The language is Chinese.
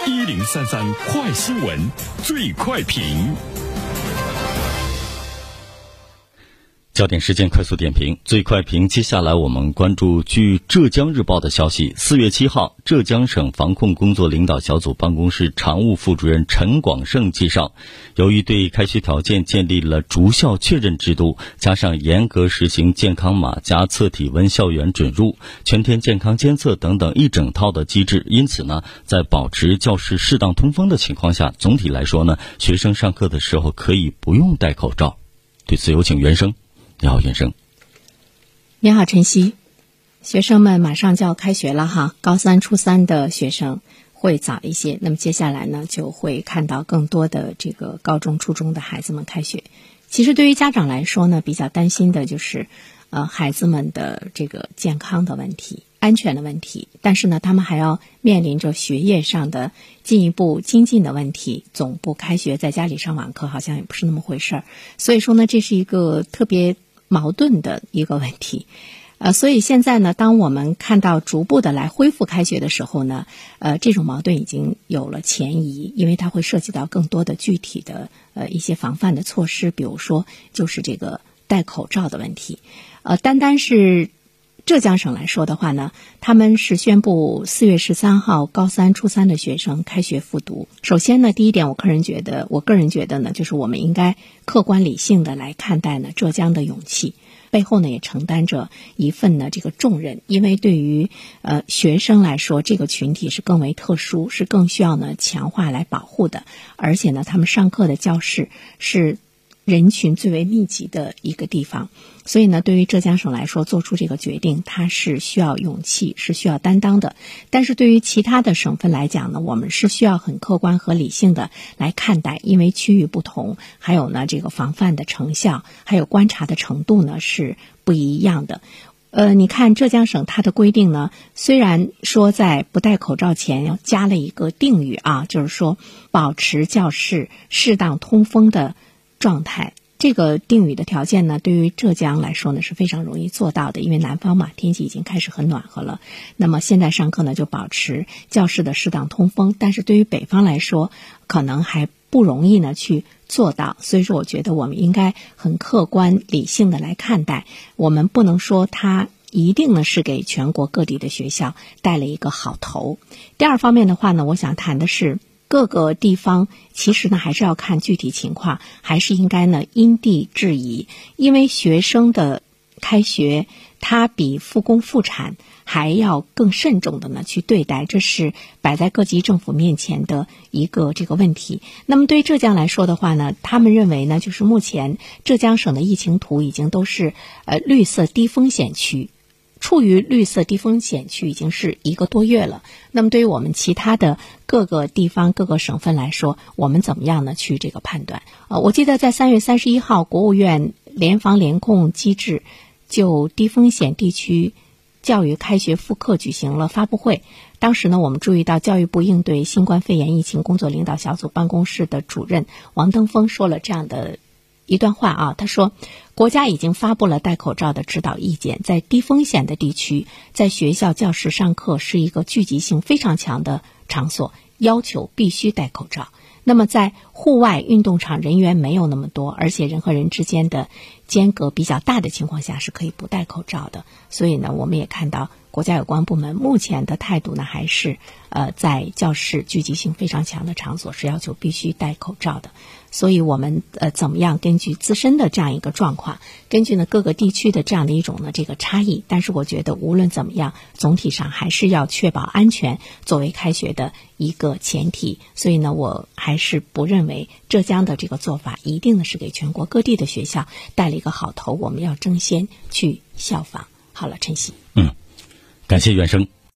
1033快新闻最快评。 焦点事件快速点评，最快评。接下来我们关注，据浙江日报的消息，4月7号，浙江省防控工作领导小组办公室常务副主任陈广胜介绍，由于对开学条件建立了逐校确认制度，加上严格实行健康码加测体温校园准入、全天健康监测等等一整套的机制，因此呢，在保持教室适当通风的情况下，总体来说呢，学生上课的时候可以不用戴口罩。对此有请袁生。你好，袁生。 你好，晨曦。学生们马上就要开学了哈，高三、初三的学生会早一些，那么接下来呢，就会看到更多的这个高中、初中的孩子们开学。其实对于家长来说呢，比较担心的就是孩子们的这个健康的问题、安全的问题，但是呢，他们还要面临着学业上的进一步精进的问题。总部开学，在家里上网课，好像也不是那么回事儿。所以说呢，这是一个特别矛盾的一个问题。所以现在呢，当我们看到逐步的来恢复开学的时候呢，这种矛盾已经有了前移，因为它会涉及到更多的具体的一些防范的措施，比如说就是这个戴口罩的问题。单单是浙江省来说的话呢，他们是宣布4月13号高三、初三的学生开学复读。首先呢，第一点，我个人觉得呢，就是我们应该客观理性的来看待呢浙江的勇气。背后呢也承担着一份呢这个重任，因为对于学生来说，这个群体是更为特殊，是更需要呢强化来保护的，而且呢他们上课的教室是人群最为密集的一个地方，所以呢对于浙江省来说，做出这个决定它是需要勇气，是需要担当的。但是对于其他的省份来讲呢，我们是需要很客观和理性的来看待，因为区域不同，还有呢这个防范的成效，还有观察的程度呢是不一样的。你看浙江省它的规定呢，虽然说在不戴口罩前要加了一个定语啊，就是说保持教室适当通风的状态。这个定语的条件呢，对于浙江来说呢是非常容易做到的，因为南方嘛，天气已经开始很暖和了。那么现在上课呢，就保持教室的适当通风，但是对于北方来说，可能还不容易呢去做到。所以说，我觉得我们应该很客观理性的来看待，我们不能说它一定呢是给全国各地的学校带了一个好头。第二方面的话呢，我想谈的是，各个地方其实呢还是要看具体情况，还是应该呢因地制宜，因为学生的开学它比复工复产还要更慎重的呢去对待，这是摆在各级政府面前的一个这个问题。那么对于浙江来说的话呢，他们认为呢，就是目前浙江省的疫情图已经都是绿色低风险区，处于绿色低风险区已经是1个多月了。那么对于我们其他的各个地方、各个省份来说，我们怎么样呢去这个判断？我记得在3月31号，国务院联防联控机制就低风险地区教育开学复课举行了发布会。当时呢，我们注意到教育部应对新冠肺炎疫情工作领导小组办公室的主任王登峰说了这样的一段话啊，他说，国家已经发布了戴口罩的指导意见，在低风险的地区，在学校教室上课是一个聚集性非常强的场所，要求必须戴口罩。那么在户外运动场人员没有那么多，而且人和人之间的间隔比较大的情况下，是可以不戴口罩的。所以呢，我们也看到国家有关部门目前的态度呢，还是在教室聚集性非常强的场所是要求必须戴口罩的。所以我们怎么样根据自身的这样一个状况，根据呢各个地区的这样的一种呢这个差异，但是我觉得无论怎么样，总体上还是要确保安全作为开学的一个前提。所以呢，我还是不认为浙江的这个做法一定呢是给全国各地的学校带了一个好头，我们要争先去效仿。好了，晨曦。 感谢袁生。